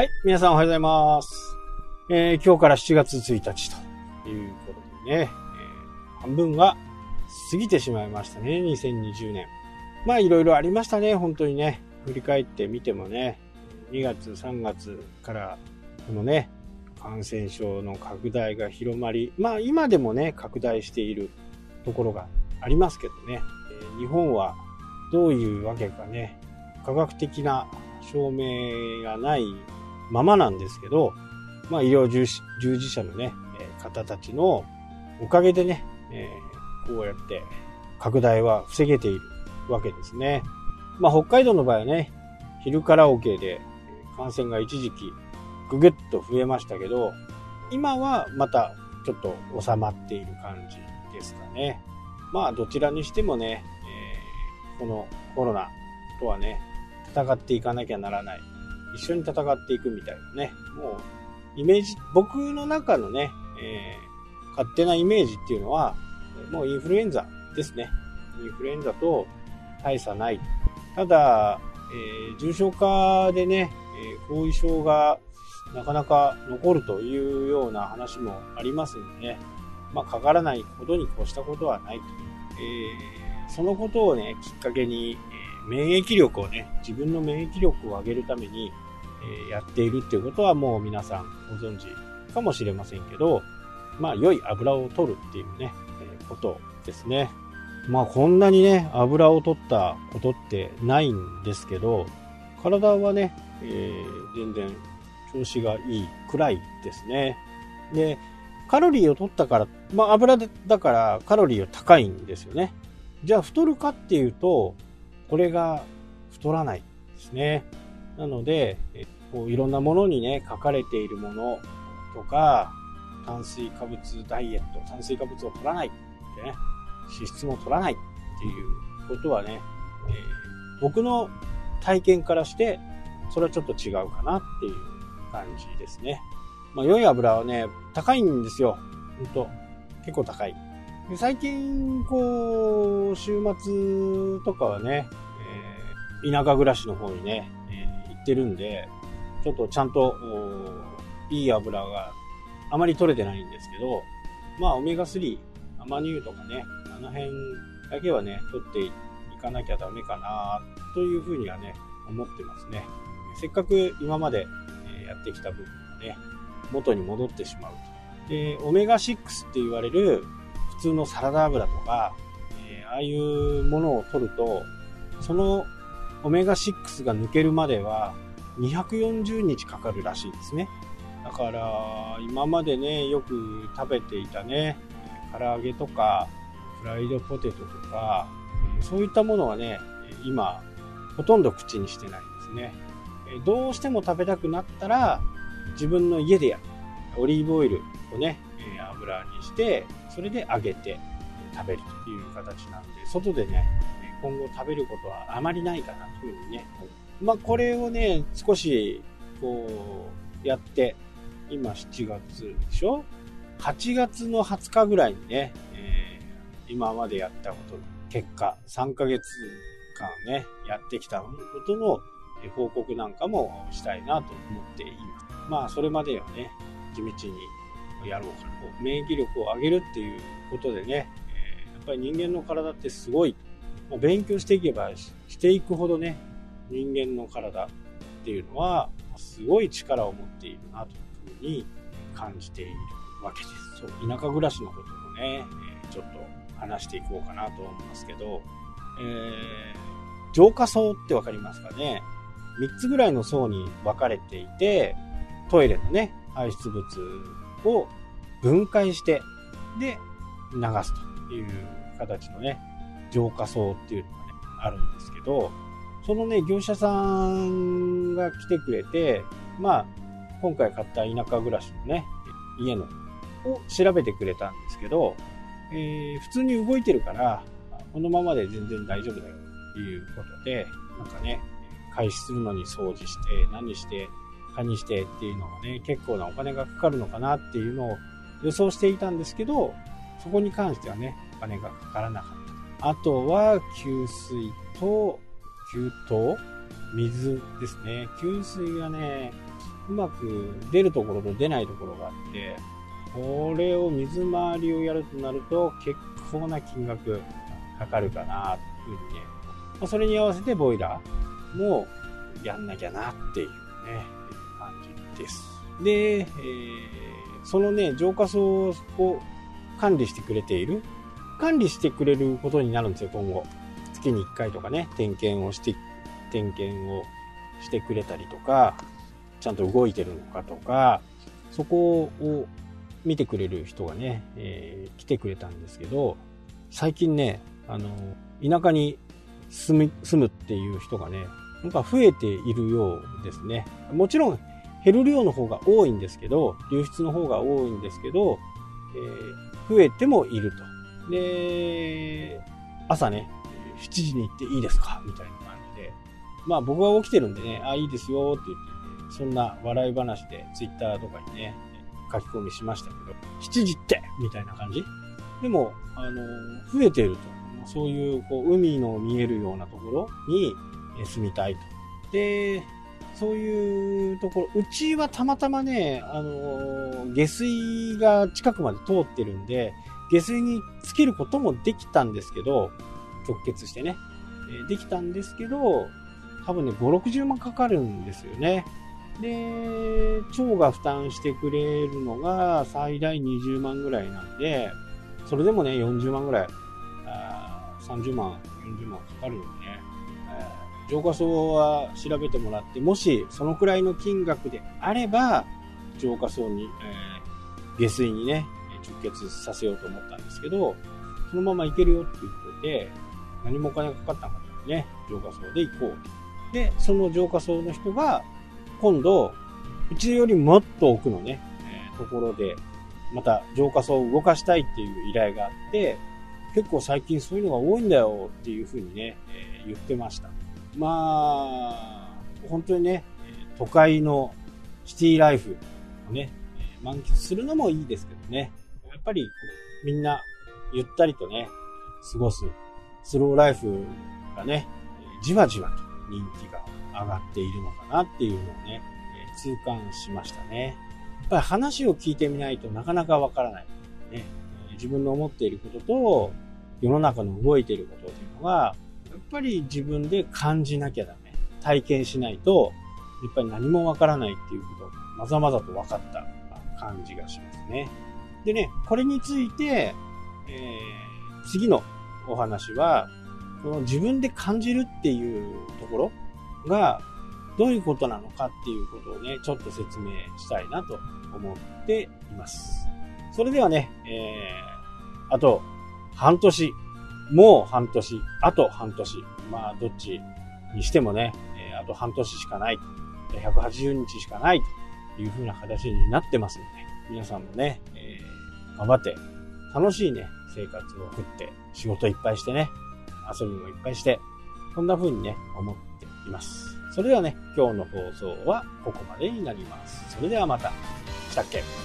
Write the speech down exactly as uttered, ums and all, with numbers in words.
はい、皆さんおはようございます。えー、今日からしちがつついたちということでね、えー、半分が過ぎてしまいましたね、にせんにじゅうねん。まあいろいろありましたね、本当にね。振り返ってみてもね、にがつ、さんがつからこのね、感染症の拡大が広まり、まあ今でもね、拡大しているところがありますけどね、えー、日本はどういうわけかね、科学的な証明がないままなんですけど、まあ医療従事者のね、方たちのおかげでね、えー、こうやって拡大は防げているわけですね。まあ北海道の場合はね、昼カラオケで感染が一時期ぐぐっと増えましたけど、今はまたちょっと収まっている感じですかね。まあどちらにしてもね、えー、このコロナとはね、戦っていかなきゃならない。一緒に戦っていくみたいなね。もう、イメージ、僕の中のね、えー、勝手なイメージっていうのは、もうインフルエンザですね。インフルエンザと大差ない。ただ、えー、重症化でね、えー、後遺症がなかなか残るというような話もありますのでね。まあ、かからないことに越したことはないと。えー、そのことをね、きっかけに、えー、免疫力をね、自分の免疫力を上げるために、えー、やっているっていうことはもう皆さんご存知かもしれませんけど、まあ、良い油を取るっていうね、えー、ことですね。まあ、こんなにね、油を取ったことってないんですけど、体はね、えー、全然調子がいいくらいですね。で、カロリーを取ったから、まあ油だからカロリーは高いんですよね。じゃあ太るかっていうと、これが太らないですね。なので、こういろんなものにね、書かれているものとか、炭水化物ダイエット、炭水化物を取らないってね、脂質も取らないっていうことはね、えー、僕の体験からして、それはちょっと違うかなっていう感じですね。まあ、良い油はね、高いんですよ。ほんと。結構高い。で最近、こう、週末とかはね、えー、田舎暮らしの方にね、えー、行ってるんで、ちょっとちゃんと、いい油があまり取れてないんですけど、まあ、オメガスリー、アマニ油とかね、あの辺だけはね、取っていかなきゃダメかな、というふうにはね、思ってますね。せっかく今までやってきた部分がね、元に戻ってしまうと。で、オメガシックスって言われる普通のサラダ油とか、えー、ああいうものを取ると、そのオメガシックスが抜けるまではにひゃくよんじゅうにちかかるらしいですね。だから今までね、よく食べていたね、唐揚げとかフライドポテトとか、そういったものはね、今ほとんど口にしてないですね。どうしても食べたくなったら自分の家でやるオリーブオイルをね、油にしてそれで揚げて食べるという形なんで、外でね今後食べることはあまりないかなというふうにね、まあこれをね少しこうやって今しちがつでしょ、はちがつのはつかぐらいにね、えー、今までやったことの結果さんかげつかんねやってきたことの報告なんかもしたいなと思っています。まあそれまではね地道にやろうかな。免疫力を上げるっていうことでね、えー、やっぱり人間の体ってすごい、まあ、勉強していけばしていくほどね、人間の体っていうのはすごい力を持っているなというふうに感じているわけです。そう、田舎暮らしのこともね、えー、ちょっと話していこうかなと思いますけど、えー、浄化層ってわかりますかね。みっつぐらいの層に分かれていて、トイレのね、排出物を分解して、で、流すという形のね、浄化層っていうのがね、あるんですけど、そのね、業者さんが来てくれて、まあ、今回買った田舎暮らしのね、家のを調べてくれたんですけど、えー、普通に動いてるから、このままで全然大丈夫だよということで、なんかね、開始するのに掃除して、何して、かにしてっていうのがね、結構なお金がかかるのかなっていうのを予想していたんですけど、そこに関してはね、お金がかからなかった。あとは、給水と、給湯水ですね。給水がね、 うまく出るところと出ないところがあって、これを水回りをやるとなると結構な金額かかるかなというふうにね、まあ、それに合わせてボイラーもやんなきゃなっていうね感じです。で、えー、そのね浄化槽を管理してくれている管理してくれることになるんですよ。今後月にいっかいとかね点検をして点検をしてくれたりとか、ちゃんと動いてるのかとか、そこを見てくれる人がね、えー、来てくれたんですけど、最近ね、あの田舎に住む、住むっていう人がね、なんか増えているようですね。もちろん減る量の方が多いんですけど、流出の方が多いんですけど、えー、増えてもいると。で、朝ね、しちじに行っていいですかみたいな感じで、まあ僕は起きてるんでね、あ、いいですよって言って、そんな笑い話でツイッターとかにね、書き込みしましたけど、しちじってみたいな感じでも、あの、増えていると。そういう、こう、海の見えるようなところに住みたいと。で、そういうところ、うちはたまたまね、あの、下水が近くまで通ってるんで、下水につけることもできたんですけど、直結してね、できたんですけど、多分ね、ご、ろくじゅうまんかかるんですよね。で、町が負担してくれるのが最大にじゅうまんぐらいなんで、それでもね、よんじゅうまんぐらい、あさんじゅうまん、よんじゅうまんかかるんでね、えー、浄化槽は調べてもらって、もしそのくらいの金額であれば、浄化槽に、えー、下水にね、直結させようと思ったんですけど、そのまま行けるよって言ってて、何もお金かかったんかったらね、浄化槽で行こうと。で、その浄化槽の人が、今度、うちよりもっと奥のね、えー、ところで、また浄化槽を動かしたいっていう依頼があって、結構最近そういうのが多いんだよっていうふうにね、えー、言ってました。まあ、本当にね、都会のシティライフをね、満喫するのもいいですけどね、やっぱりみんなゆったりとね、過ごすスローライフがね、じわじわと人気が上がっているのかなっていうのをね、痛感しましたね。やっぱり話を聞いてみないとなかなかわからない、ね。自分の思っていることと世の中の動いていることっていうのは、やっぱり自分で感じなきゃダメ。体験しないと、やっぱり何もわからないっていうことがまざまざと分かった感じがしますね。でね、これについて、えー、次のお話は、この自分で感じるっていうところがどういうことなのかっていうことをね、ちょっと説明したいなと思っています。それではね、えー、あと半年、もう半年、あと半年、まあどっちにしてもね、えー、あと半年しかない、ひゃくはちじゅうにちしかないという風な形になってますので、皆さんもね、えー、頑張って楽しいね、生活を送って、仕事いっぱいしてね、遊びもいっぱいして、そんな風にね、思っています。それではね、今日の放送はここまでになります。それではまた。したっけ？